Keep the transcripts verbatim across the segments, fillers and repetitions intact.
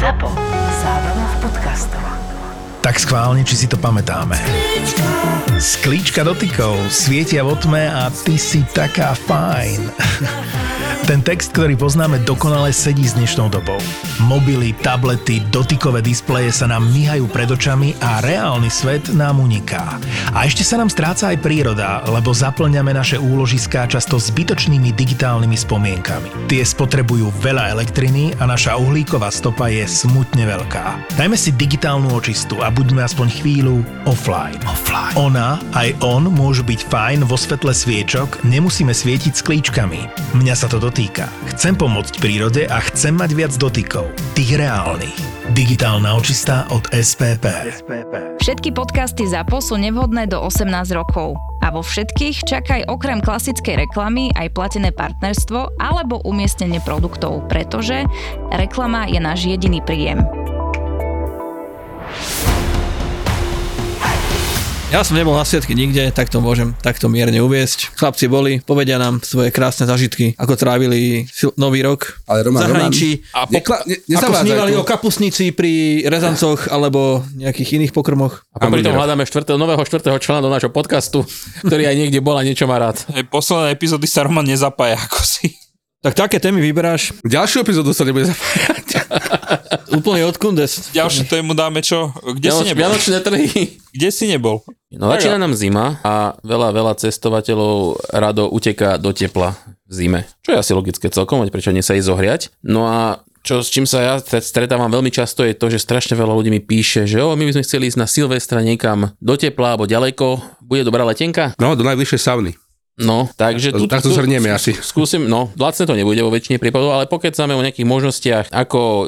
Zapo. Zábrná v podcastov. Tak schválne, či si to pamätáme. Sklíčka dotykov svietia vo tme a ty si taká fajn. Ten text, ktorý poznáme, dokonale sedí s dnešnou dobou. Mobily, tablety, dotykové displeje sa nám myhajú pred očami a reálny svet nám uniká. A ešte sa nám stráca aj príroda, lebo zaplňame naše úložiská často zbytočnými digitálnymi spomienkami. Tie spotrebujú veľa elektriny a naša uhlíková stopa je smutne veľká. Dajme si digitálnu očistu a buďme aspoň chvíľu offline. offline. Ona aj on môžu byť fajn vo svetle sviečok, nemusíme svietiť sklíčkami. Mňa sa to dotýka. Chcem pomôcť prírode a chcem mať viac dotykov. Tých reálnych. Digitálna očista od es pé pé. Všetky podcasty ZAPO sú nevhodné do osemnásť rokov. A vo všetkých čakaj okrem klasickej reklamy aj platené partnerstvo alebo umiestnenie produktov, pretože reklama je náš jediný príjem. Ja som nebol na sviatky nikde, tak to môžem takto mierne uviesť. Chlapci boli, povedia nám svoje krásne zážitky, ako trávili nový rok v zahraničí. A po, nekla, ne, ako snívali o kapustnici pri rezancoch alebo nejakých iných pokrmoch. A popri tom hľadáme štvrtého, nového štvrtého člena do nášho podcastu, ktorý aj niekde bol a niečo má rád. Hey, posledné epizódy sa Roman nezapája, ako si. Tak také témy vyberáš. Ďalšiu epizódu sa nebude zapájať. Úplne od kundes. Ďalšiu tému dáme čo? Kde Vianoč, si nebol? Vianočné trhy. Kde si nebol? No začína nám zima a veľa, veľa cestovateľov rado uteká do tepla v zime. Čo je asi logické celkom, veď prečo nie sa ísť zohriať. No a čo, s čím sa ja stretávam veľmi často je to, že strašne veľa ľudí mi píše, že o, my by sme chceli ísť na Silvestra niekam do tepla alebo ďaleko. Bude dobrá letenka? No, do najbližšej sauny. No, takže tu, tak to zhrnieme asi. Skúsim, no, lacné to nebude vo väčšine prípadov, ale pokecáme o nejakých možnostiach, ako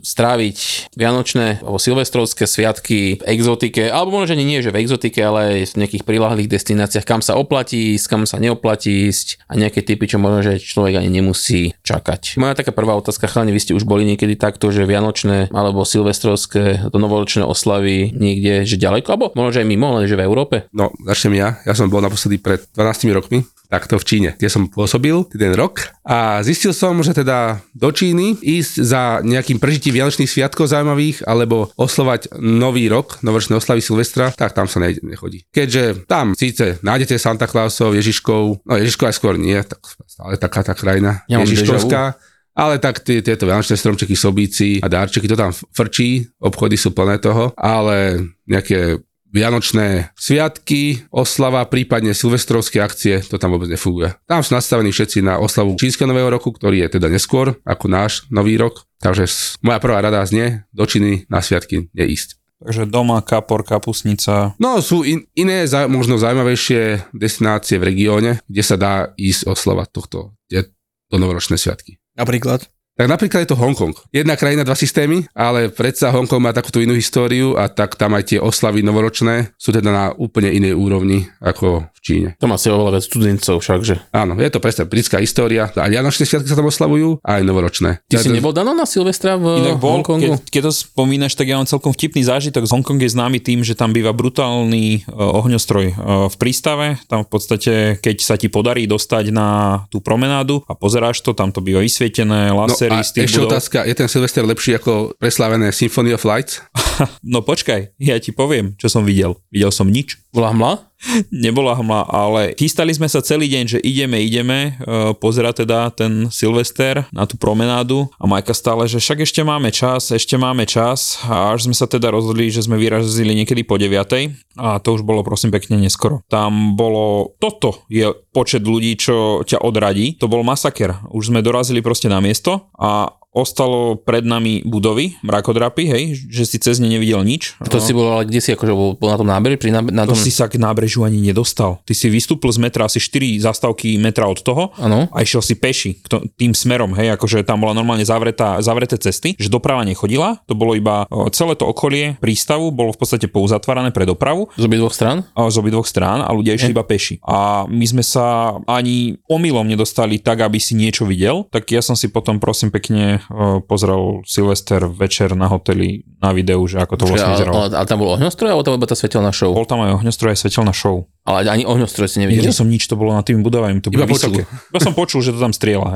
stráviť vianočné alebo silvestrovské sviatky v exotike, alebo možno nie, nie že v exotike, ale aj v nejakých prilahlých destináciách, kam sa oplatí ísť, kam sa neoplatí ísť a nejaké typy, čo možno, že človek ani nemusí čakať. Moja taká prvá otázka, chalani, vy ste už boli niekedy takto, že vianočné alebo silvestrovské, to novoročné oslavy niekde, že ďaleko, alebo možno, že aj mimo, len že v Európe? No, začnem ja. Ja som bol naposledy pred dvanástimi rokmi. Takto v Číne, kde som pôsobil ten rok a zistil som, že teda do Číny ísť za nejakým prežitím vianočných sviatkov zaujímavých alebo oslovať nový rok, novoročné oslavy Silvestra, tak tam sa nejde, nechodí. Keďže tam síce nájdete Santa Clausov, Ježiškov, no Ježiškov aj skôr nie, tak stále taká tá krajina ja Ježiškovská, ale tak tí, tieto vianočné stromčeky, sobíci a dárčeky, to tam frčí, obchody sú plné toho, ale nejaké vianočné sviatky, oslava, prípadne silvestrovské akcie, to tam vôbec nefunguje. Tam sú nastavení všetci na oslavu čínskeho nového roku, ktorý je teda neskôr ako náš nový rok. Takže moja prvá rada znie, do Číny na sviatky neísť. Takže doma, kapor, kapustnica. No sú in, iné, možno zaujímavejšie destinácie v regióne, kde sa dá ísť oslavať tohto, to novoročné sviatky. Napríklad? Tak napríklad je to Hongkong. Jedna krajina, dva systémy, ale predsa Hongkong má takúto inú históriu a tak tam aj tie oslavy novoročné sú teda na úplne inej úrovni ako v Číne. To má si oveľa viac studencov všakže. Áno, je to presne britská história. Aj vianočné sviatky sa tam oslavujú, aj novoročné. Ty si nebol Dano na Silvestra v Inak bol, Hongkongu? Keď, keď to spomínaš, tak ja mám celkom vtipný zážitok. Hongkong je známy tým, že tam býva brutálny uh, ohňostroj uh, v prístave. Tam v podstate, keď sa ti podarí dostať na tú promenádu a pozeráš to, tam to býva vysvietené, lasery, no a ešte budov. Otázka, je ten Silvester lepší ako preslávené Symphony of Lights? No počkaj, ja ti poviem, čo som videl. Videl som nič. Bola hmla? Nebola hmla, ale chystali sme sa celý deň, že ideme, ideme uh, pozerať teda ten Silvester na tú promenádu a Majka stále, že však ešte máme čas, ešte máme čas a až sme sa teda rozhodli, že sme vyrazili niekedy po deviatej a to už bolo prosím pekne neskoro. Tam bolo, toto je počet ľudí, čo ťa odradí, to bol masaker. Už sme dorazili proste na miesto a ostalo pred nami budovy, mrakodrapy, hej, že si cez ne nevidel nič. To si bol, ale kde si akože bol, bol na tom nábreží? Pri nábe, na to tom... si sa k nábrežiu ani nedostal. Ty si vystúpil z metra asi štyri zastávky metra od toho ano. A išiel si peši tým smerom, hej, akože tam bola normálne zavretá, zavreté cesty, že doprava nechodila, to bolo iba celé to okolie prístavu, bolo v podstate pouzatvárané pre dopravu. Z obidvoch strán? Z obidvoch strán a ľudia išli iba peši. A my sme sa ani omylom nedostali tak, aby si niečo videl, tak ja som si potom prosím pekne pozrel Silvester večer na hoteli na videu, že ako to vlastne vyzeralo. Ale, ale tam bol ohňostroj, alebo tam bol tá svetelná show? Bol tam aj ohňostroj, aj svetelná show. Ale ani ohňostroj si nevidel? Nie, že som nič, to bolo nad tými budovami, to bolo vysoké. Iba som počul, že to tam strieľa, hej.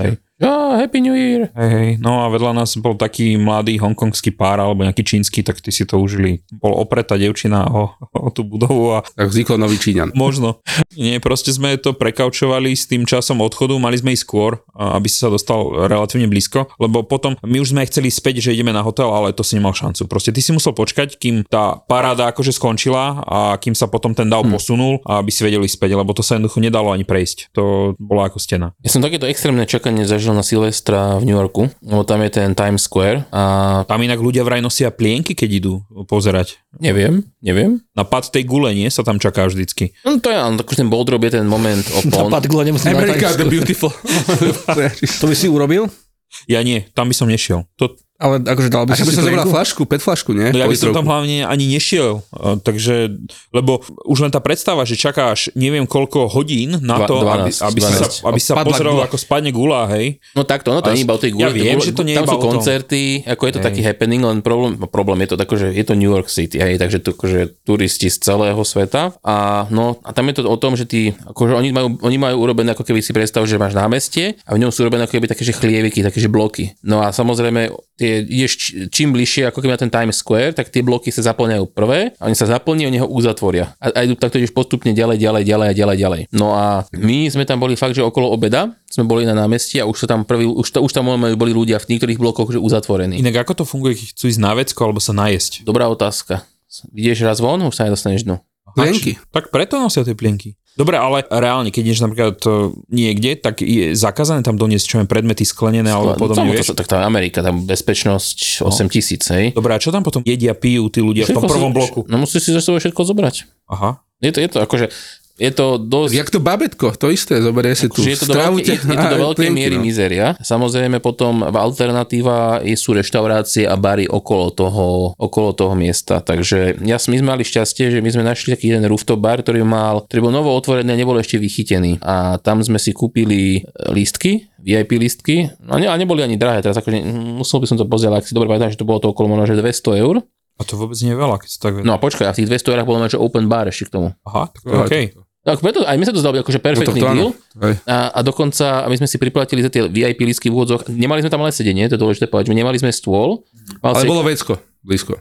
Oh, Happy New Year. Hej, hej, no a vedľa nás bol taký mladý hongkongský pár alebo nejaký čínsky, tak tí si to užili. Bol opretá devčina o, o tú budovu a... Tak vznikol nový Číňan. Možno. Nie, proste sme to prekaučovali s tým časom odchodu, mali sme ísť skôr, aby si sa dostal relatívne blízko, lebo potom my už sme chceli späť, že ideme na hotel, ale to si nemal šancu. Proste ty si musel počkať, kým tá paráda akože skončila a kým sa potom ten dáv hmm. posunul, aby si vedeli späť, lebo to sa jednoducho nedalo ani prejsť. To bola ako stena. Ja som takéto extrémne čakanie zažil na Silvestra v New Yorku, lebo tam je ten Times Square a... Tam inak ľudia vraj nosia plienky, keď idú pozerať. Neviem, neviem. Na pad tej gule, nie? Sa tam čaká vždycky. No to je, tak už ten boldrop je ten moment opon. Na pad gule nemusím America the Beautiful. To by si urobil? Ja nie, tam by som nešiel. To... Ale akože dal by si si zobral flašku, pet flašku, nie? No ja by som tam hlavne ani nešiel, takže, lebo už len tá predstava, že čakáš neviem koľko hodín na to, dvanásť, aby, aby dvanásť. si sa, aby sa pozrel, ako spadne gula, hej. No takto, no to nie je iba o tej gule. Ja viem, že to nie je iba o tom. Tam sú koncerty, ako je to hej. taký happening, len problém, problém je to tak, že je to New York City, hej, takže to akože turisti z celého sveta a no a tam je to o tom, že tí, akože oni majú, oni majú urobené, ako keby si predstav, že máš námestie a v ňom sú urobené ako keby také, že chlieviky, také, že bloky. No a samozrejme, tie ideš čím bližšie ako keby na ten Times Square, tak tie bloky sa zaplňajú prvé a oni sa zaplní, oni ho uzatvoria. A, a idú takto ideš postupne ďalej, ďalej, ďalej a ďalej, ďalej. No a my sme tam boli fakt, že okolo obeda sme boli na námestí a už sa tam prvý, už, to, už tam boli ľudia v niektorých blokoch že uzatvorení. Inak ako to funguje, keď chcú ísť na vecko alebo sa najesť? Dobrá otázka. Ideš raz von, už sa nedostaneš dnu. Plienky. Tak preto nosia tie plienky. Dobre, ale reálne, keď ideš napríklad niekde, tak je zakázané tam doniesť čo je predmety sklenené alebo podobne, no, vieš? Tak tá Amerika, tam bezpečnosť no. osem tisíc, hej. Dobre, a čo tam potom jedia, pijú tí ľudia všetko v tom prvom si, bloku? No musíš si za sebou všetko zobrať. Aha. Je to, je to akože... Je to dosť... Jak to babetko, to isté, zoberie si tu je to do veľkej, je, je to do veľkej miery no. mizeria. Samozrejme potom alternatíva sú reštaurácie a bary okolo toho, okolo toho miesta. Takže ja, my sme mali šťastie, že my sme našli taký jeden rooftop bar, ktorý mal, ktorý bol novo otvorený a nebol ešte vychytený. A tam sme si kúpili lístky, vé í pé lístky, a, ne, a neboli ani drahé. Teraz akože, musel by som to pozrieť, ak si dobre pamätám, že to bolo to okolo možno, že dvesto eur. A to vôbec nie je veľa, keď sa tak... No a počkaj, a v tých dvesto eurách bolo že open bar ešte k tomu. Aha, tak okej. Okay. Tak preto aj my sa to zdalo akože perfektný no deal a, a dokonca my sme si priplatili za tie vé í pé lístky v úvodzoch. Nemali sme tam ale sedenie, to je dôležité povedať, nemali sme stôl. Ale si... bolo vecko, blízko.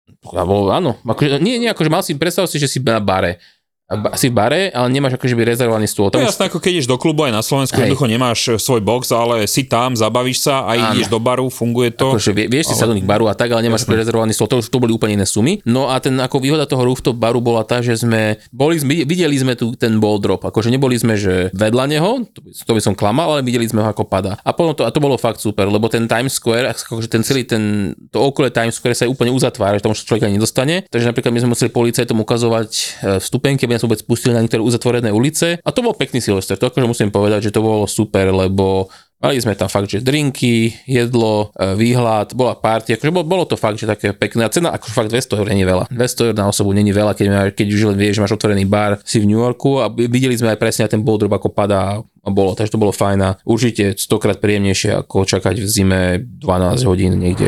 A bolo, áno, akože, nie, nie, akože mal si, predstav si, že si na bare. Si v bare, ale nemáš akože by rezervovaný stôl. To je jasné, ako keď ideš do klubu aj na Slovensku, jednoducho nemáš svoj box, ale si tam, zabavíš sa a ideš do baru, funguje to. Akože vie, vieš ale... si sadnúť k baru a tak, ale nemáš rezervovaný stôl. To, to boli úplne iné sumy. No a ten ako výhoda toho rooftop baru bola tá, že sme boli, videli sme tu ten ball drop. Akože neboli sme, že vedľa neho, to by, to by som klamal, ale videli sme ho ako padá. A potom to, a to bolo fakt super, lebo ten Times Square, akože ten celý ten to okolie Times Square sa úplne uzatvára, že tam už človek ani nedostane. Takže napríklad my sme museli policajtom ukazovať vstupenky, aby nás vôbec pustili na niektoré uzatvorené ulice. A to bol pekný Silvester. To akože musím povedať, že to bolo super, lebo mali sme tam fakt, že drinky, jedlo, výhľad, bola party, akože bolo, bolo to fakt, že také pekné. A cena akože fakt dvesto eur nie je veľa. dvesto eur na osobu nie je veľa, keď, keď už len vieš, že máš otvorený bar si v New Yorku a videli sme aj presne ten ball drop, ako padá a bolo, takže to bolo fajn a určite stokrát príjemnejšie ako čakať v zime dvanásť hodín niekde.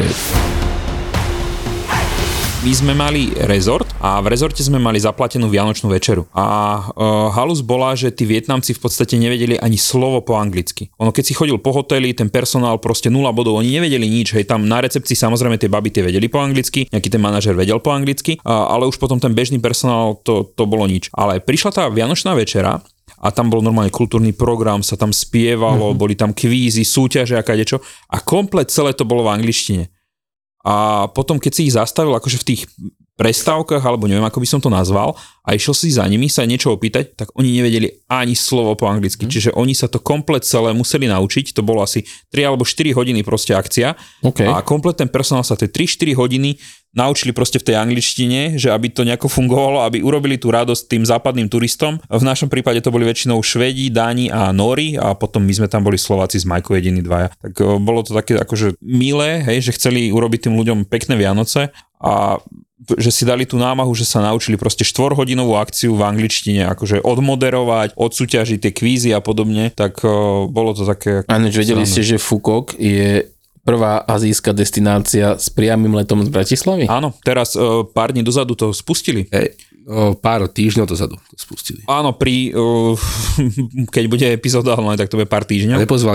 My sme mali rezort a v rezorte sme mali zaplatenú vianočnú večeru. A uh, halus bola, že tí Vietnamci v podstate nevedeli ani slovo po anglicky. Ono keď si chodil po hoteli, ten personál proste nula bodov, oni nevedeli nič. Hej, tam na recepcii samozrejme tie baby tie vedeli po anglicky, nejaký ten manažer vedel po anglicky, uh, ale už potom ten bežný personál to, to bolo nič. Ale prišla tá vianočná večera a tam bol normálne kultúrny program, sa tam spievalo, mm-hmm. boli tam kvízy, súťaže a kadečo a komplet celé to bolo v angličtine. A potom, keď si ich zastavil akože v tých prestávkach, alebo neviem, ako by som to nazval, a išiel si za nimi sa niečo opýtať, tak oni nevedeli ani slovo po anglicky. Mm. Čiže oni sa to komplet celé museli naučiť. To bolo asi tri alebo štyri hodiny proste akcia. Okay. A komplet ten personál sa tie tri štyri hodiny naučili proste v tej angličtine, že aby to nejako fungovalo, aby urobili tú radosť tým západným turistom. V našom prípade to boli väčšinou Švédi, Dáni a Nóri a potom my sme tam boli Slováci s Majkou jediní dvaja. Tak bolo to také akože milé, hej, že chceli urobiť tým ľuďom pekné Vianoce a že si dali tú námahu, že sa naučili proste štvorhodinovú akciu v angličtine, akože odmoderovať, odsúťažiť tie kvízy a podobne, tak uh, bolo to také... Áno, vedeli ste, že Fukok je prvá azijská destinácia s priamym letom z Bratislavy? Áno, teraz uh, pár dní dozadu to spustili. Hej, o pár týždňov dozadu to spustili. Áno, pri, uh, keď bude epizóda, ale tak to bude pár týždňov. Nepozvali ma.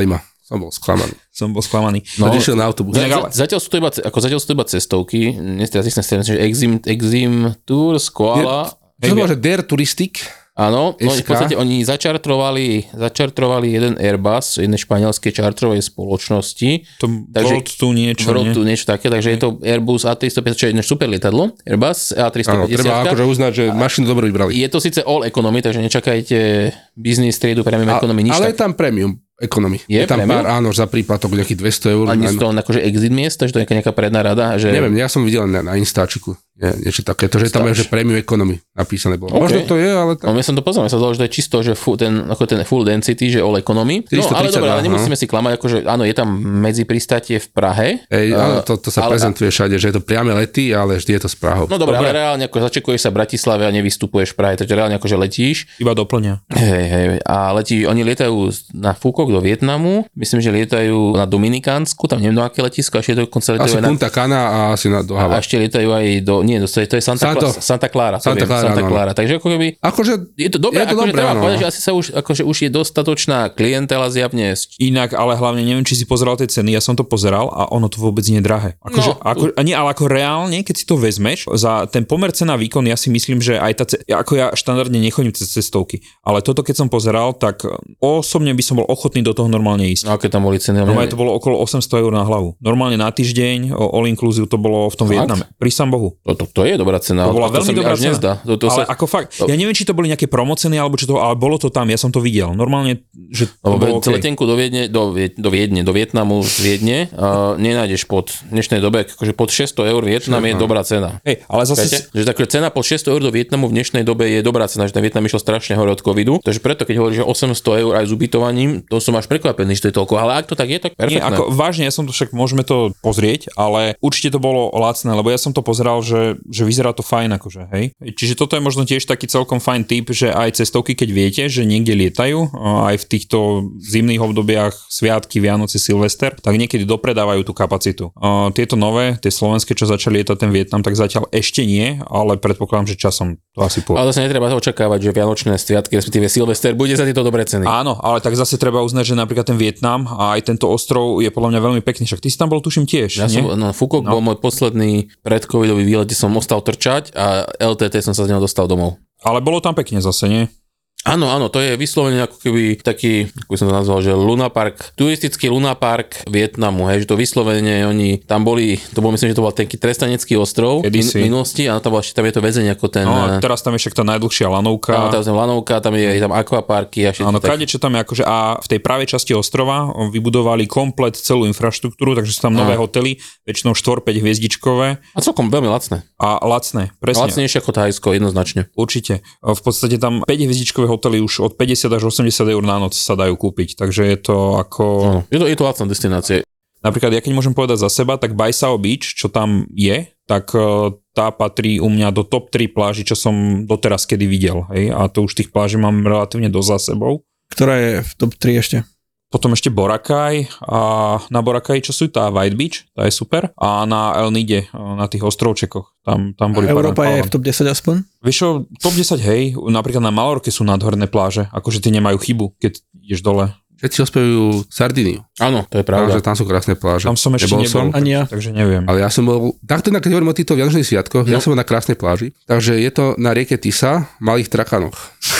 som bol sklamaný. Som bol sklamaný. No, išiel na autobus. Za, zatiaľ sú to iba, ako zatiaľ sú to iba cestovky. Teraz si myslím, že Exim, Exim Tours, Koala. To bolo, že Der Touristik. Áno, no, v podstate oni začartrovali, začartrovali jeden Airbus jednej španielskej čartrovej spoločnosti. To bolo tu niečo, bolo nie? tu niečo také, takže je to Airbus á tristopäťdesiat, čo je jedno super lietadlo, Airbus á tristopäťdesiat. Áno, treba akože uznať, že mašinu dobre vybrali. Je to síce all economy, takže nečakajte business triedu, premium economy, nič ale tak. je tam premium economy. Je, je tam premium? pár, áno, za príplatok nejakých dvesto eur. A nie sú to akože exit miesta, že to je nejaká predná rada? Že... Neviem, ja som videl na, na Instačiku. Je, niečo také, to, že tam je, že premium economy napísané bolo. Okay. Možno to je, ale... Tak... No, ja som to poznal, ja som že to je čisto, že full, ten, ako ten full density, že all economy. No, ale dobre, ale nemusíme no. si klamať, akože áno, je tam medzi pristátie v Prahe. Ej, áno, to, to sa ale, prezentuje všade, že je to priame lety, ale vždy je to s Prahou. No dobre, dobre. Ale reálne ako začekuješ sa v Bratislave a nevystupuješ v Prahe, takže reálne akože letíš. Iba doplňa. Hej, hej, a letí, oni lietajú na Fúkok do Vietnamu, myslím, že lietajú na Dominikánsku, tam neviem do aké letisko, ešte to konca lietajú asi na... Punta Cana a asi na do Hava. A ešte lietajú aj do, nie, do, to je Santa Santa, Santa Clara. Santa Clara, Santa Clara. Takže ako keby... Akože je to dobré, je to akože dobré, treba no. povedať, že asi sa už, akože už je dostatočná klientela zjavne. Inak, ale hlavne neviem, či si pozeral tie ceny, ja som to pozeral a ono to vôbec nie je drahé. Akože, No. ako, nie, ale ako reálne, keď si to vezmeš, za ten pomer cena výkon, ja si myslím, že aj tá, ako ja štandardne nechodím cez cestovky, ale toto keď som pozeral, tak osobne by som bol ochotný do toho normálne ísť. No aké tam boli ceny? Normálne to bolo okolo osemsto eur na hlavu. Normálne na týždeň, all inclusive to bolo v tom Vietname. Prisám Bohu. To, to, to je dobrá cena. To bola veľmi dobrá cena. Nezdá. To, to ale sa... ako fakt, ja neviem, či to boli nejaké promoceny, alebo čo to, ale bolo to tam, ja som to videl. Normálne, že to no, bolo okay. Letenku do Viedne, do, do Viedne, do Vietnamu z Viedne uh, nenájdeš pod dnešnej dobe, akože pod šesťsto eur Vietnam je dobrá cena. Hej, ale zase... Viete? Že takže cena pod šesťsto eur do Vietnamu v dnešnej dobe je dobrá cena, že ten Vietnam išiel strašne hore od covidu, takže preto keď hovoríš, že osemsto eur aj s ubytovaním, to som až prekvapený, že to je toľko, ale ak to tak je, tak perfektné. Nie, ako vážne, ja som to však, môžeme to pozrieť, ale určite to bolo lacné, lebo ja som to pozeral, že, že vyzerá to fajn, akože, hej. Čiže toto je možno tiež taký celkom fajn tip, že aj cestovky, keď viete, že niekde lietajú, aj v týchto zimných obdobiach, sviatky, Vianoce, Silvester, tak niekedy dopredávajú tú kapacitu. Tieto nové, tie slovenské, čo začali lietať ten Vietnam, tak zatiaľ ešte nie, ale predpokladám, že časom to asi pôjde. Ale zase netreba očakávať, že Vianočné sviatky, respektíve Silvester, bude za tieto dobré ceny. Áno, ale tak zase treba uznať, že napríklad ten Vietnam a aj tento ostrov je podľa mňa veľmi pekný. Však ty si tam bol, tuším, tiež. Ja nie? som, no, Fúkok no. bol môj posledný predcovidový výlet, kde som ostal trčať a el té té som sa z neho dostal domov. Ale bolo tam pekne zase, nie? Áno, áno, to je vyslovene ako keby taký, ako by som to nazval, že Luna Park, turistický Luna Park Vietnamu, hej, že to vyslovene oni tam boli, to bol myslím, že to bol taký trestanecký ostrov v min- minulosti, a tam, bol, tam je to väzenie ako ten... No, teraz tam je však tá najdlhšia lanovka. Áno, tam je lanovka, tam je tam akvaparky a všetko. Áno, kadečo tam je akože, a v tej pravej časti ostrova vybudovali komplet celú infraštruktúru, takže sú tam nové hotely, väčšinou štyri päť hviezdičkové. A celkom veľmi lacné. A lacné, presne. Lacnejšie ako Thajsko, jednoznačne. Určite. V podstate tam päť hviezdičkové hotely už od päťdesiat až osemdesiat eur na noc sa dajú kúpiť, takže je to ako... No, je to, je to lacná destinácia. Napríklad, ja keď môžem povedať za seba, tak Baisao Beach, čo tam je, tak tá patrí u mňa do top tri pláži, čo som doteraz kedy videl. Hej? A to už tých pláží mám relatívne dosť za sebou. Ktorá je v top tri ešte? Potom ešte Boracay a na Boracay, čo sú tá White Beach, tá je super. A na El Nide, na tých ostrovčekoch, tam, tam boli... Európa je v top desať aspoň? Vieš čo, top desať, hej, napríklad na Malorke sú nádherné pláže, akože tie nemajú chybu, keď ideš dole. Všetci ospevujú Sardíniu. Áno, to je pravda. Takže tam sú krásne pláže. Tam som ešte nebol, nebol ani ja. Takže neviem. Ale ja som bol, takto keď hovorím o týchto vianočných sviatkoch, no. Ja som bol na krásnej pláži, takže je to na rieke Tisa, v Malých Trakanoch.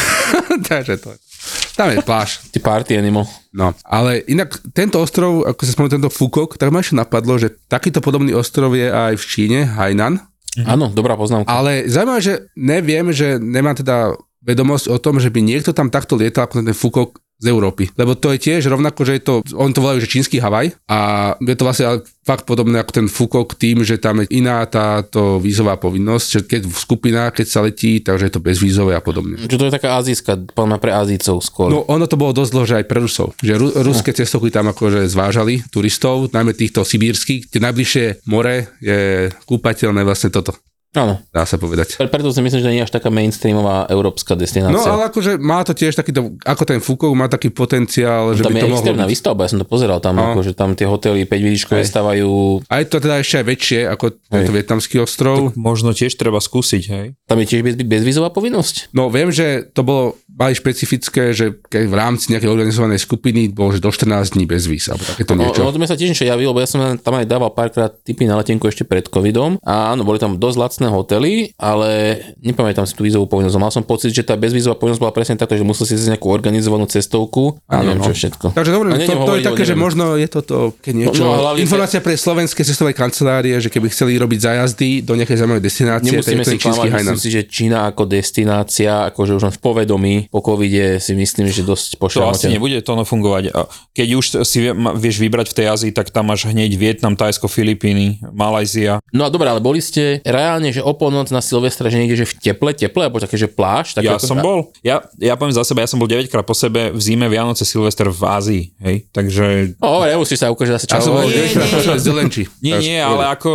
Takže to je. Tam je pláž. Ty party animal. No, ale inak tento ostrov, ako sa spomenul tento Fúkok, tak ma ešte napadlo, že takýto podobný ostrov je aj v Číne, Hainan. Áno, dobrá poznámka. Ale zaujímavé, že neviem, že nemám teda vedomosť o tom, že by niekto tam takto lietal ako ten Fúkok z Európy. Lebo to je tiež rovnako, že je to, on to volajú, že čínsky Havaj a je to vlastne fakt podobné ako ten Fúkok tým, že tam je iná táto vízová povinnosť, že keď v skupinách, keď sa letí, takže je to bezvízové a podobne. Čo to je taká azijská, poďme pre Azícov skôr. No ono to bolo dosť dlho, že aj pre Rusov. Že ru, ruské no. cestovky tam akože zvážali turistov, najmä týchto sibírskych, kde najbližšie more je kúpateľné vlastne toto. Áno. Dá sa povedať. Preto si myslím, že to nie je až taká mainstreamová európska destinácia. No ale akože má to tiež takýto, ako ten Fukov má taký potenciál, že tam by to mohlo byť. Tam je externá výstavba, ja som to pozeral, tam no. akože tam tie hotely päť výškové stavajú. A je to teda ešte aj väčšie ako tento vietnamský ostrov. Tak možno tiež treba skúsiť, hej? Tam je tiež bez, bezvízová povinnosť? No viem, že to bolo mali špecifické, že keď v rámci nejakej organizovanej skupiny bolo, že do štrnásť dní bez víz, alebo takéto niečo. No, no to mi sa tiež niečo javilo, bo ja som tam aj dával párkrát tipy na letenku ešte pred covidom a áno, boli tam dosť lacné hotely, ale nepamätám si tú vízovú povinnosť. Mal som pocit, že tá bezvízová povinnosť bola presne takto, že musel si zísť nejakú organizovanú cestovku a neviem čo všetko. Takže dobre, to, to je také, že možno je toto keď niečo. No, no, informácia pre slovenské cestové kancelárie, že keby chceli robiť zájazdy do nejakej zaujímavej destinácie, nemusíme si klamať, myslím si, že Čína ako destinácia, akože už len v povedomí po covide si myslím, že dosť pošľamote. To asi nebude to ono fungovať. Keď už si vieš vybrať v tej Ázii, tak tam máš hneď Vietnam, Tajsko, Filipíny, Malajzia. No a dobre, ale boli ste reálne, že o polnoc na Silvestra, že niekde, že v teple, teple, alebo také, že pláž? Tak ja ako... som bol, ja, ja poviem za seba, ja som bol deväťkrát po sebe v zime, Vianoce, Silvester v Ázii, hej, takže... No, nemusíš sa ukážať zase čau. Ja som bol deväťkrát po sebe z Zelenči. Nie, nie, ale ako...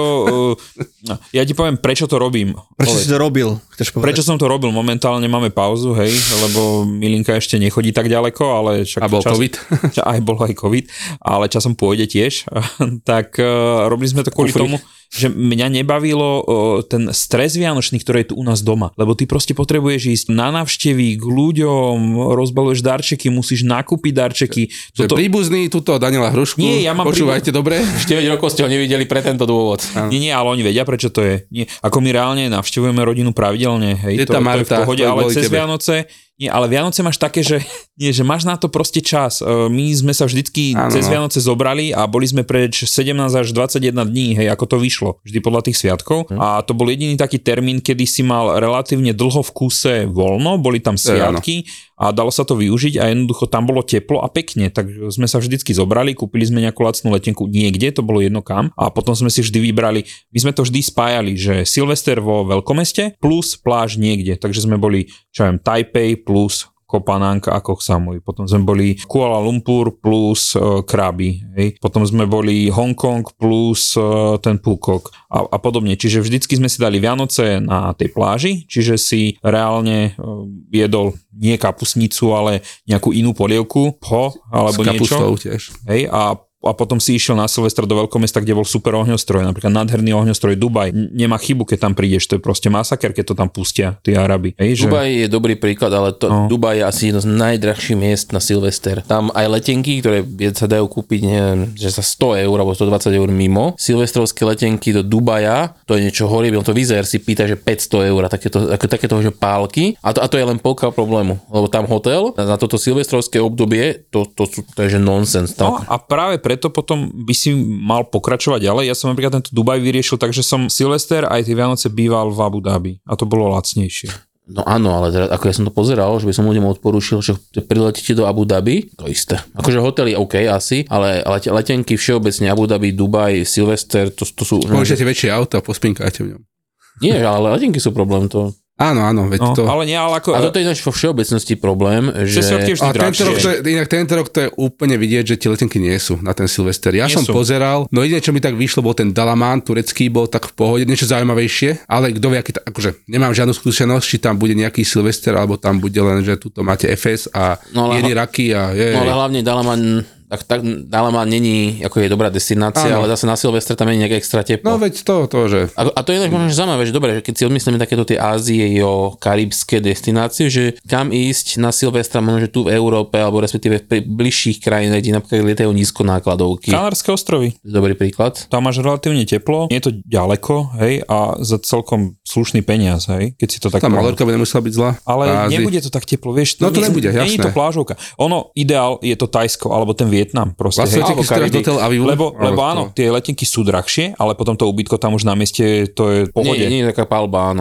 Uh, ja ti poviem, prečo to robím. Prečo si to robil? Prečo som to robil? Momentálne máme pauzu, hej, lebo Milinka ešte nechodí tak ďaleko, ale však... A bol čas, COVID. Ča, aj bol aj COVID, ale časom pôjde tiež. Tak uh, robili sme to kvôli Ufri. tomu, že mňa nebavilo uh, ten stres vianočný, ktorý je tu u nás doma. Lebo ty proste potrebuješ ísť na návštevy k ľuďom, rozbaluješ darčeky, musíš nakúpiť darčeky. Toto... Príbuzný tuto Daniela Hrušku, nie, ja mám počúvajte príbuz... dobre. štyri rokov ste ho nevideli pre tento dôvod. Nie, nie, ale oni vedia, prečo to je. Nie. Ako my reálne navštevujeme rodinu pravidelne, hej, je to, Marta, to je v pohode, ale cez tebe. Vianoce nie, ale Vianoce máš také, že, nie, že máš na to proste čas. My sme sa vždycky ano, cez Vianoce zobrali a boli sme preč sedemnásť až dvadsaťjeden dní, hej, ako to vyšlo, vždy podľa tých sviatkov. Hm. A to bol jediný taký termín, kedy si mal relatívne dlho v kúse voľno, boli tam sviatky a dalo sa to využiť a jednoducho tam bolo teplo a pekne, tak sme sa vždycky zobrali, kúpili sme nejakú lacnú letenku niekde, to bolo jedno kam a potom sme si vždy vybrali, my sme to vždy spájali, že Silvester vo veľkomeste plus pláž niekde, takže sme boli, čo viem, Taipei plus Koh Phanang a Koh Samui. Potom sme boli Kuala Lumpur plus uh, Krabi. Hej. Potom sme boli Hongkong plus uh, ten Phuket a, a podobne. Čiže vždycky sme si dali Vianoce na tej pláži, čiže si reálne uh, jedol nie kapusnicu, ale nejakú inú polievku, pho, alebo s niečo. Tiež. Hej, a a potom si išiel na Silvestra do veľkomesta, kde bol super ohňostroj, napríklad nádherný ohňostroj Dubaj. Nemá chybu, keď tam prídeš, to je proste masaker, keď to tam pustia, tí Arabi. Hej, že... Dubaj je dobrý príklad, ale to, no. Dubaj je asi jedno z najdrahších miest na Silvester. Tam aj letenky, ktoré sa dajú kúpiť, neviem, že za sto eur alebo stodvadsať eur mimo. Silvestrovské letenky do Dubaja, to je niečo horrible, to Wizz Air si pýta, že päťsto eur a takéto, takéto že pálky. A to, a to je len polka problému, lebo tam hotel na toto silvestrovské obdobie, to, to, to, to je že nonsens. No, a práve preto potom by si mal pokračovať ďalej. Ja som napríklad tento Dubaj vyriešil, takže som Silvester aj tie Vianoce býval v Abu Dhabi a to bolo lacnejšie. No áno, ale teda, ako ja som to pozeral, že by som ľuďom odporúčil, že priletíte do Abu Dhabi, to isté. Akože hotely OK asi, ale letenky všeobecne Abu Dhabi, Dubaj, Silvester, to, to sú... Môžete väčšie auto a pospinkáte v ňom. Nie, ale letenky sú problém to... Áno, áno, veď no, to... Ale nie, ale ako... A toto je ináč vo všeobecnosti problém, že... A tento rok, to je, inak tento rok to je úplne vidieť, že tie letenky nie sú na ten Silvester. Ja nie som sú. pozeral, no jediné, čo mi tak vyšlo, bol ten Dalaman, turecký, bol tak v pohode, niečo zaujímavejšie, ale kto vie, aký, akože nemám žiadnu skúsenosť, či tam bude nejaký Silvester, alebo tam bude len, že tuto máte Efes a no, jedy raky a... Je, no ale hlavne Dalaman... Tak, tak Dalaman není, ako je dobrá destinácia, ano. Ale zase na Silvestre tam je nejaké extra teplo. No veď to, to že... A, a to je možno zaujímavé, že dobre, že keď si odmyslíme takéto tie Ázie, jo, karibské destinácie, že kam ísť na Silvestra, možno, že tu v Európe, alebo respektíve v bližších krajinách, kde napríklad lietajú nízkonákladovky. Kanárske ostrovy. Dobrý príklad. Tam máš relatívne teplo, nie je to ďaleko, hej, a za celkom slušný peniaz, hej, keď si to tak... Tá Malorka by nemusela byť zlá. Ale nebude to tak teplo, vieš. No to nie, nebude, jasné. Nie je to plážovka. Ono, ideál je to Tajsko, alebo ten Vietnam proste. Vlastne letenky sú teraz do Tel Avivu. Lebo, lebo áno, tie letenky sú drahšie, ale potom to ubytko tam už na mieste, to je v pohode. Nie, nie je taká palba, áno.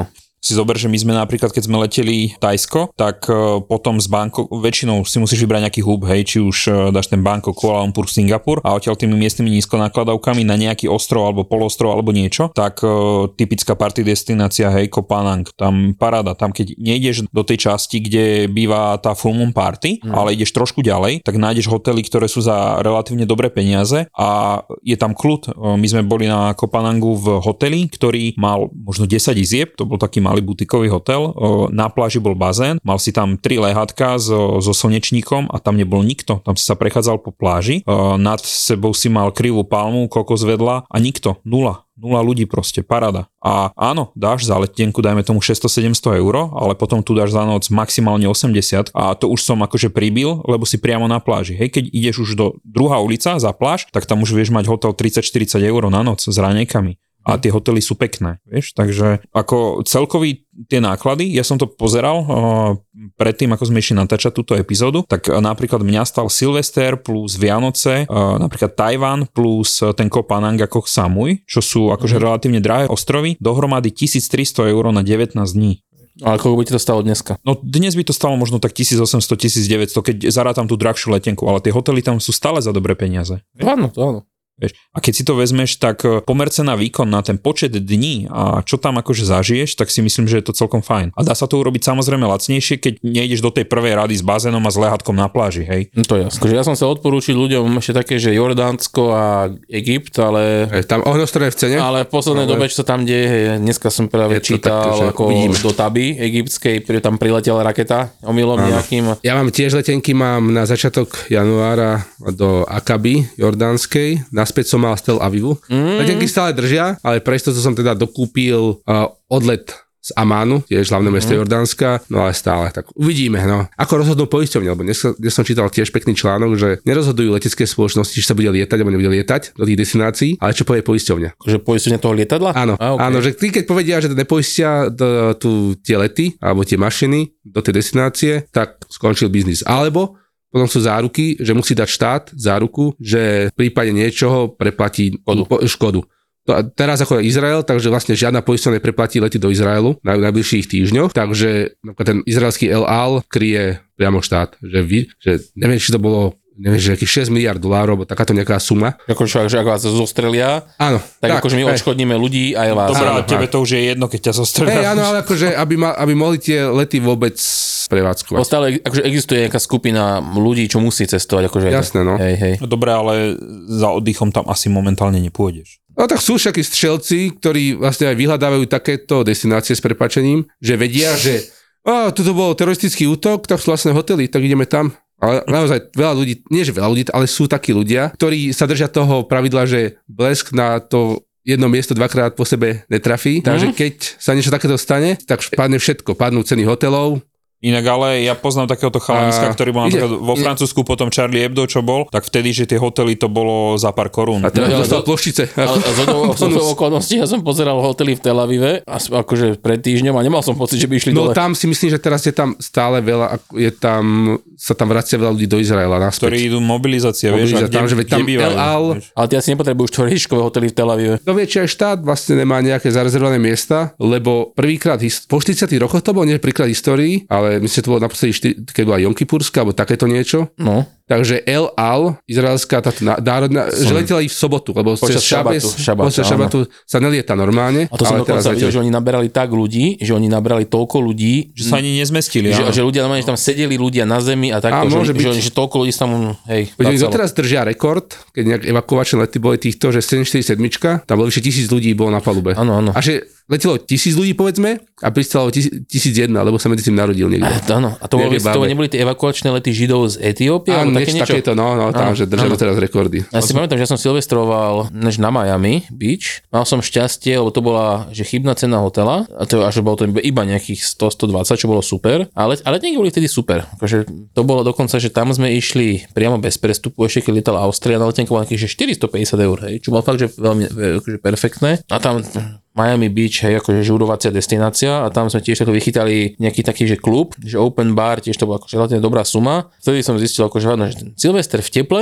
si zober, že my sme napríklad, keď sme leteli Tajsko, tak potom z Bangkok, väčšinou si musíš vybrať nejaký hub, hej, či už dáš ten Bangkok, Kuala Lumpur, Singapur a odtiaľ tými miestnymi nízkonákladovkami na nejaký ostrov alebo polostrov alebo niečo, tak uh, typická party destinácia, hej, Koh Phangan, tam paráda, tam keď nejdeš do tej časti, kde býva tá full moon party, mm. ale ideš trošku ďalej, tak nájdeš hotely, ktoré sú za relatívne dobré peniaze a je tam kľud. My sme boli na Koh Phangangu v hoteli, ktorý mal možno desať izieb, to bol taký malý butikový hotel, na pláži bol bazén, mal si tam tri lehátka so, so slnečníkom a tam nebol nikto, tam si sa prechádzal po pláži, nad sebou si mal krivú palmu, kokos vedľa a nikto, nula. Nula ľudí proste, paráda. A áno, dáš za letenku, dajme tomu šesťsto sedemsto eur, ale potom tu dáš za noc maximálne osemdesiat a to už som akože pribil, lebo si priamo na pláži. Hej, keď ideš už do druhá ulica za pláž, tak tam už vieš mať hotel tridsať štyridsať eur na noc s raňajkami. A tie hotely sú pekné, vieš, takže ako celkový tie náklady, ja som to pozeral uh, predtým, ako sme išli natáčať túto epizódu, tak uh, napríklad mňa stal Silvester plus Vianoce, uh, napríklad Tajvan plus uh, ten Koh Phangan a Koh Samui, čo sú akože mm. relatívne drahé ostrovy, dohromady tisíctristo eur na devätnásť dní. Ale koľko by ti to stalo dneska? No dnes by to stalo možno tak tisícosemsto tisícdeväťsto, keď zarátam tú drahšiu letenku, ale tie hotely tam sú stále za dobré peniaze. Áno, to áno. Vieš. A keď si to vezmeš, tak pomer cena výkon na ten počet dní a čo tam akože zažiješ, tak si myslím, že je to celkom fajn. A dá sa to urobiť samozrejme lacnejšie, keď nejdeš do tej prvej rady s bazénom a s lehátkom na pláži, hej? No to je jasné. Ja som sa odporúčiť ľuďom ešte také, že Jordánsko a Egypt, ale... Hej, tam ohňostroje v cene. Ale v poslednej ale... dobe, čo sa tam deje, hej, dneska som práve čítal tak, ako vidíme. Do Taby egyptskej, pri tam priletela raketa omylom nejakým. Ja mám tiež letenky, mám na začiatok januára do Akaby jordánskej. Naspäť som mal z Tel Avivu. Mm. Letenky stále držia, ale pre istotu som teda dokúpil uh, odlet z Amánu, tiež hlavné mesto mm. Jordánska, no ale stále, tak uvidíme, no. Ako rozhodnú poisťovne, lebo dnes, dnes som čítal tiež pekný článok, že nerozhodujú letecké spoločnosti, či sa bude lietať alebo nebude lietať do tých destinácií, ale čo povie poisťovňa. Že poisťovňa toho lietadla? Áno, ah, okay. Áno, že tí, keď povedia, že nepoistia do, tu tie lety alebo tie mašiny do tej destinácie, tak skončil biznis. Alebo potom sú záruky, že musí dať štát záruku, že v prípade niečoho preplatí škodu. škodu. To, teraz ako je Izrael, takže vlastne žiadna poisťovňa nepreplatí lety do Izraelu na najbližších týždňoch, takže ten izraelský El Al kryje priamo štát. Že, vy, že neviem, či to bolo neviem, že nejakých šesť miliárd dolárov, alebo takáto nejaká suma. Ako čo, že ako vás zostrelia, áno, tak, tak akože my odškodníme ľudí aj vás. Dobrá, ale tebe to už je jedno, keď ťa zostrelia. Hej, áno, ale akože, aby, ma, aby mohli tie lety vôbec prevádzkovať. Stále akože existuje nejaká skupina ľudí, čo musí cestovať. Akože jasné, no. Hej, hej. Dobre, ale za oddychom tam asi momentálne nepôjdeš. No tak sú všakí strelci, ktorí vlastne aj vyhľadávajú takéto destinácie s prepáčením, že vedia, že oh, toto bol teroristický útok, tak sú vlastne hotely, tak ideme tam. Ale naozaj veľa ľudí, nie že veľa ľudí, ale sú takí ľudia, ktorí sa držia toho pravidla, že blesk na to jedno miesto dvakrát po sebe netrafí. Mm. Takže keď sa niečo takéto stane, tak padne všetko. Padnú ceny hotelov. Inak ale ja poznám takéhoto chalaniska, ktorý bol napríklad vo Francúzsku, potom Charlie Hebdo, čo bol, tak vtedy, že tie hotely to bolo za pár korún. A teraz ja, dostal ploštice. Ale z toho okolností ja som pozeral hotely v Tel Avive, akože pred týždňom a nemal som pocit, že by išli no, dole. No tam si myslím, že teraz je tam stále veľa, je tam, sa tam vracia veľa ľudí do Izraela naspäť. Ktorí idú mobilizácia, vieš, a kde, tam, že tam kde El Al. Ale ty asi nepotrebuješ štvorhviezdičkové hotely v Tel Avive. To vie, či aj štát vlastne nemá nejaké zarezervované miesta, lebo prvýkrát po štyridsiatych rokoch to bolo nie prvýkrát histórii, ale myslím, že to bolo naposledy keď bola Jomkipurska, alebo takéto niečo. No. Takže El Al, izraelská táto národná, som... že letela i v sobotu, lebo počas šabatu, počas šabatu sa nelieta normálne. A to som dokonca videl, že oni naberali tak ľudí, že oni naberali toľko ľudí, že sa ani nezmestili. Že, že ľudia normálne tam sedeli ľudia na zemi a takto, že, že, že toľko ľudí sa tam, hej. Oni doteraz držia rekord, keď nejak evakuačné lety boli týchto, že sedemstoštyridsaťsedem, tam bolo vyše tisíc ľudí bolo na palube. Áno, áno. A že letelo tisíc ľudí, povedzme, a pristalo tisíc jeden, lebo sa medzi tým narodil niekto. Áno, a to, boli, to neboli tie evakuačné lety Židov z Etiópie? Áno, niečo takéto, no, no, tam, áno, že držali teraz rekordy. Ja si pamätám, že ja som silvestroval než na Miami Beach. Mal som šťastie, lebo to bola že chybná cena hotela, a to až bolo to iba nejakých sto až stodvadsať, čo bolo super, ale, ale niekde boli vtedy super. Akože to bolo dokonca, že tam sme išli priamo bez prestupu, ešte keď lietala Austria, na letenku bola nejakých štyristopäťdesiat eur, hej, čo bolo fakt, že veľmi akože perfektné. A tam Miami Beach, hej, akože žurovacia destinácia a tam sme tiež tako vychytali nejaký taký, že klub, že open bar, tiež to bola akože relatívne dobrá suma. Vtedy som zistil, akože, že ten Silvester v teple,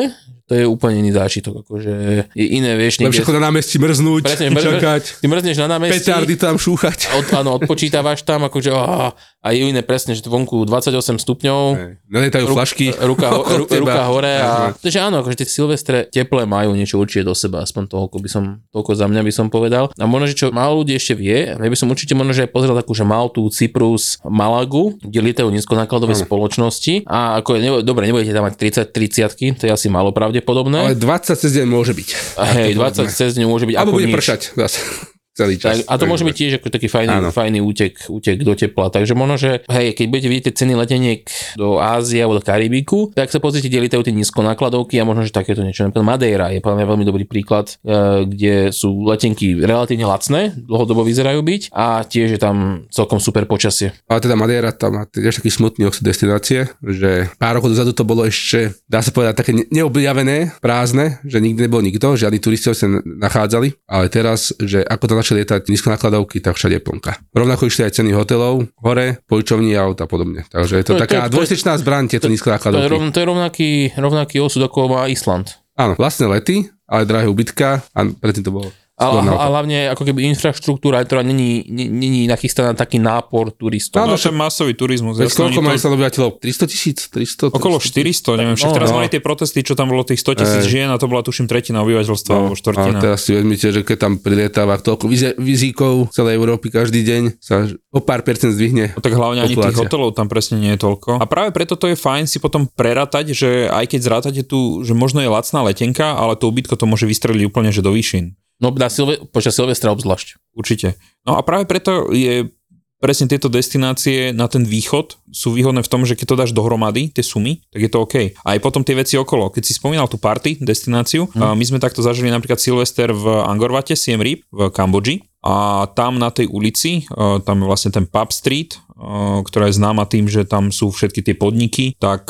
to je úplne iný zážitok, akože je iné, vieš, niekde... Lepšie ako na námestí mrznúť, presne, mr- čakať. Ty mrzneš na námestí. Petardy tam šúchať. Od, áno, odpočítavaš tam, akože oh, a je iné presne, že vonku dvadsaťosem stupňov. Nalietajú ruk, flašky. Ruka, ru, ruka hore a... Takže áno, akože tie silvestre teple majú niečo určite do seba, aspoň toľko by som, toľko za mňa by som povedal. A možno, že čo málo ľudí ešte vie, ja by som určite možno, že aj pozrel takú, že Maltu, Cyprus, Malagu, kde lietajú nízkonákladové hmm. spoločnosti a ako je, nebo, dobre, nebudete tam mať tridsať tridsiatky, to je asi málo pravdepodobné. Ale dvadsať cez deň môže byť. Hej, dvadsať cez deň môže byť. Alebo bude nič. Pršať zase. Celý čas. Tak, a to môže byť tiež ako taký fajný, fajný útek, útek do tepla. Takže možno, že hej, keď budete vidieť tie ceny leteniek do Ázie alebo do Karibiku, tak sa pozrite, kde lietajú tie nízkonákladovky a možno, že takéto niečo. Napríklad Madeira je podľa mňa veľmi dobrý príklad, kde sú letenky relatívne lacné, dlhodobo vyzerajú byť a tiež je tam celkom super počasie. Ale teda Madeira tam má tiež taký smutný osud destinácie, že pár rokov dozadu to bolo ešte, dá sa povedať, také neobjavené, prázdne, že nikdy nebol nikto, žiadni turisti sa nachádzali, ale teraz, že ako to začali lietať nízkonákladovky, tak všade je plnka. Rovnako išli aj ceny hotelov, hore, požičovní aut a podobne. Takže je to, to taká dvojsečná zbraň, tieto nízkonákladovky. To je, rov, to je rovnaký, rovnaký osud, ako má Island. Áno, vlastné lety, ale drahé ubytka a predtým to bolo. A, a hlavne ako keby infraštruktúra, ktorá není, není nachystaná taký nápor turistov. Áno, však masový turizmus. Koľko má Island obyvateľov? tristo tisíc? tristo? Okolo štyristo, neviem. Však no, teraz no. mali tie protesty, čo tam bolo tých sto tisíc žien a to bola tuším tretina obyvateľstva, no, alebo štvrtina. A teraz si vezmite, že keď tam prilietáva toľko vizíkov celej Európy každý deň, sa o pár percent zdvihne. No, tak hlavne ani tých hotelov tam presne nie je toľko. A práve preto to je fajn si potom prerátať, že aj keď zrátate tu, že možno je lacná letenka, ale to ubytko to môže vystreliť úplne že do výšin. No na Silve- počas Silvestra obzvlášť. Určite. No a práve preto je presne tieto destinácie na ten východ sú výhodné v tom, že keď to dáš dohromady, tie sumy, tak je to OK. A aj potom tie veci okolo. Keď si spomínal tú party, destináciu, hmm. my sme takto zažili napríklad Silvester v Angkor Vate, Siem Reap v Kambodži a tam na tej ulici, tam je vlastne ten Pub Street, ktorá je známa tým, že tam sú všetky tie podniky, tak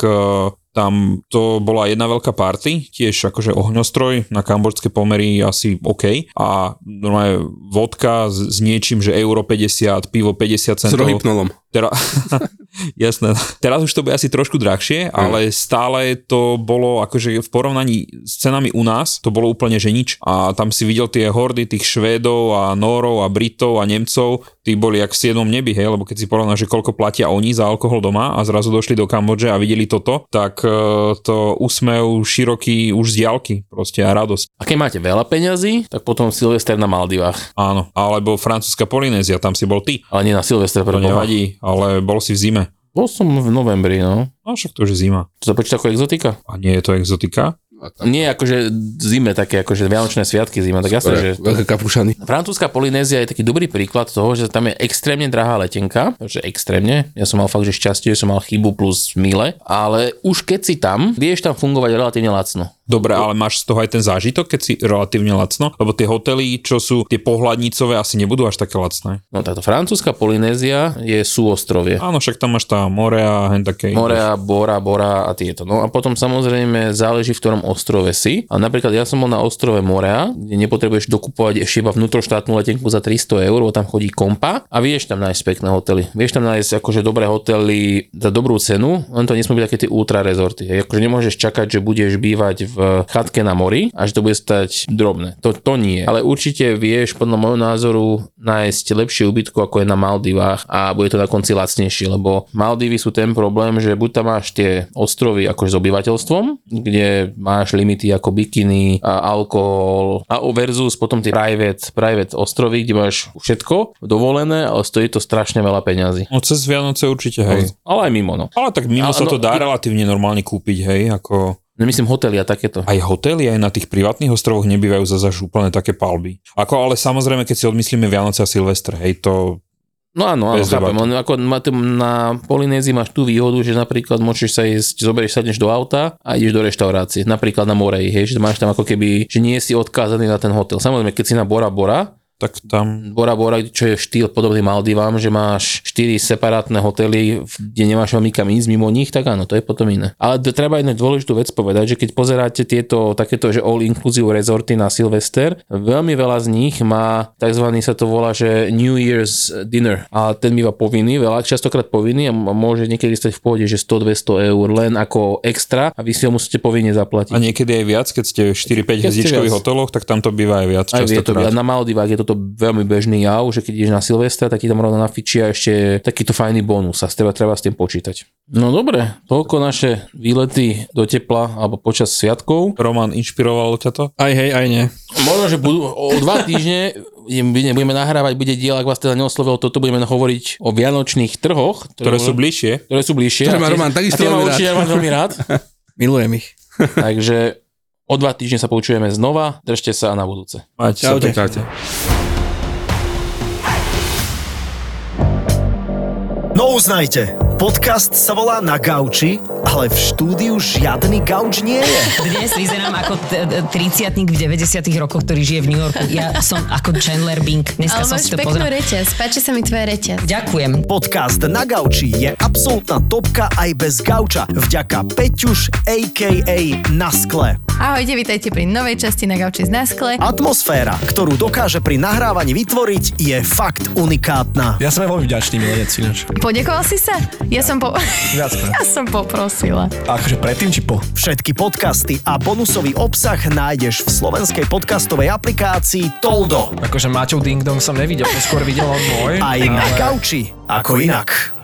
tam to bola jedna veľká party, tiež akože ohňostroj na kambodžské pomery asi OK a normálne vodka s, s niečím, že euro päťdesiat, pivo päťdesiat centov. S rohypnolom. Tera... Jasné. Teraz už to bude asi trošku drahšie, ale stále to bolo akože v porovnaní s cenami u nás, to bolo úplne že nič. A tam si videl tie hordy tých Švédov a Nórov a Britov a Nemcov, tí boli jak v siedmom nebi, hej, lebo keď si porovnáš, že koľko platia oni za alkohol doma a zrazu došli do Kambodže a videli toto, tak to úsmev široký už z diaľky proste a radosť. A keď máte veľa peňazí, tak potom Silvester na Maldivách. Áno, alebo francúzska Polynézia, tam si bol ty. Ale nie na Silvester, to nevadí, ale bol si v zime. Bol som v novembri, no. No však to už je zima. To sa počíta ako exotika? A nie je to exotika? Nie, akože zime také, akože vianočné sviatky zima, tak jasné, že... Veľké kapušany. Francúzska Polynézia je taký dobrý príklad toho, že tam je extrémne drahá letenka, že extrémne, ja som mal fakt, že šťastie, že som mal chybu plus mile, ale už keď si tam, vieš tam fungovať relatívne lacno. Dobre, ale máš z toho aj ten zážitok, keď si relatívne lacno? Lebo tie hotely, čo sú tie pohľadnicové, asi nebudú až také lacné. No táto francúzska Polynézia je súostrovie. Áno, však tam máš tá Morea, hen také. Morea, Bora, Bora a tieto. No a potom samozrejme záleží, v ktorom ostrove si. A napríklad ja som bol na ostrove Morea, kde nepotrebuješ dokupovať ešte iba vnútroštátnu letenku za tristo eur, bo tam chodí kompa a vieš tam nájsť pekné hotely. Vieš tam nájsť akože dobré hotely za dobrú cenu, len to nesmú byť také tie ultra rezorty. Akože nemôžeš čakať, že budeš bývať v chatke na mori a že to bude stať drobné. To, to nie. Ale určite vieš podľa môjho názoru nájsť lepšie ubytko ako je na Maldivách a bude to na konci lacnejšie, lebo Maldivy sú ten problém, že buď tam máš tie ostrovy akože s obyvateľstvom, kde máš limity ako bikiny a alkohol a versus potom tie private, private ostrovy, kde máš všetko dovolené, ale stojí to strašne veľa peňazí. No cez Vianoce určite, hej. No, ale aj mimo, no. Ale tak mimo a, sa no, to dá i... relatívne normálne kúpiť, hej, ako... Nemyslím hotely a takéto. Aj hotely, aj na tých privátnych ostrovoch nebývajú zase úplne také palby. Ako, ale samozrejme, keď si odmyslíme Vianoce a Silvestre, hej, to... No áno, áno, chápem. Ako na Polynézii máš tú výhodu, že napríklad môžeš sa ísť, zoberieš, sadneš do auta a ideš do reštaurácie. Napríklad na Moreji, hej, že máš tam ako keby, že nie si odkázaný na ten hotel. Samozrejme, keď si na Bora Bora, tak tam... Bora Bora, čo je štýl podobný Maldivám, že máš štyri separátne hotely, kde nemáš veľmi kam ísť mimo nich, tak áno, to je potom iné. Ale treba jednu dôležitú vec povedať, že keď pozeráte tieto takéto, že all-inclusive resorty na Silvester, veľmi veľa z nich má takzvaný, sa to volá, že New Year's dinner. A ten býva povinný, veľa častokrát povinný a môže niekedy stať v pohode, že sto dvesto eur len ako extra a vy si ho musíte povinne zaplatiť. A niekedy aj viac, keď ste v štyri päť hviezdičkových hoteloch, tak tam to býva aj viac. Aj je to, na Maldivách je toto veľmi bežný jav, že keď ideš na Silvestra, tak ti tam rovno nafičia ešte takýto fajný bonus a treba, treba s tým počítať. No dobre, toľko naše výlety do tepla alebo počas sviatkov. Roman, inšpirovalo ťa to? Aj hej, aj nie. Možno, že budú, o dva týždne budeme nahrávať, bude diel, ak vás teda neoslovilo toto, budeme hovoriť o vianočných trhoch. Ktoré, ktoré sú bližšie. Ktoré sú bližšie. Ktoré má Roman takisto veľmi rád. Určite ja mám veľmi rád. Milujem ich. Takže o dva týždne sa počujeme znova. Držte sa na budúce. Majte sa, pekajte. No uznajte, podcast sa volá Na gauči, ale v štúdiu žiadny gauč nie je. Dnes vyzerám ako tridsiatnik v deväťdesiatych rokoch, ktorý žije v New Yorku. Ja som ako Chandler Bing. Dneska ale som si to peknú pozrel. reťaz, páči sa mi tvoja reťaz. Ďakujem. Podcast Na gauči je absolútna topka aj bez gauča. Vďaka Peťuš, á ká á Na skle. Ahojte, vítajte pri novej časti Na gauči z Na skle. Atmosféra, ktorú dokáže pri nahrávaní vytvoriť, je fakt unikátna. Ja som aj veľmi vďačný milenec ináč. Poďakoval si sa? Ja som po... ja som poprosila. Akože predtým či po? Všetky podcasty a bonusový obsah nájdeš v slovenskej podcastovej aplikácii Toldo. Akože Maťov Ding Dong som nevidel, to skôr videl on môj. Aj ale... na gauči, ako inak.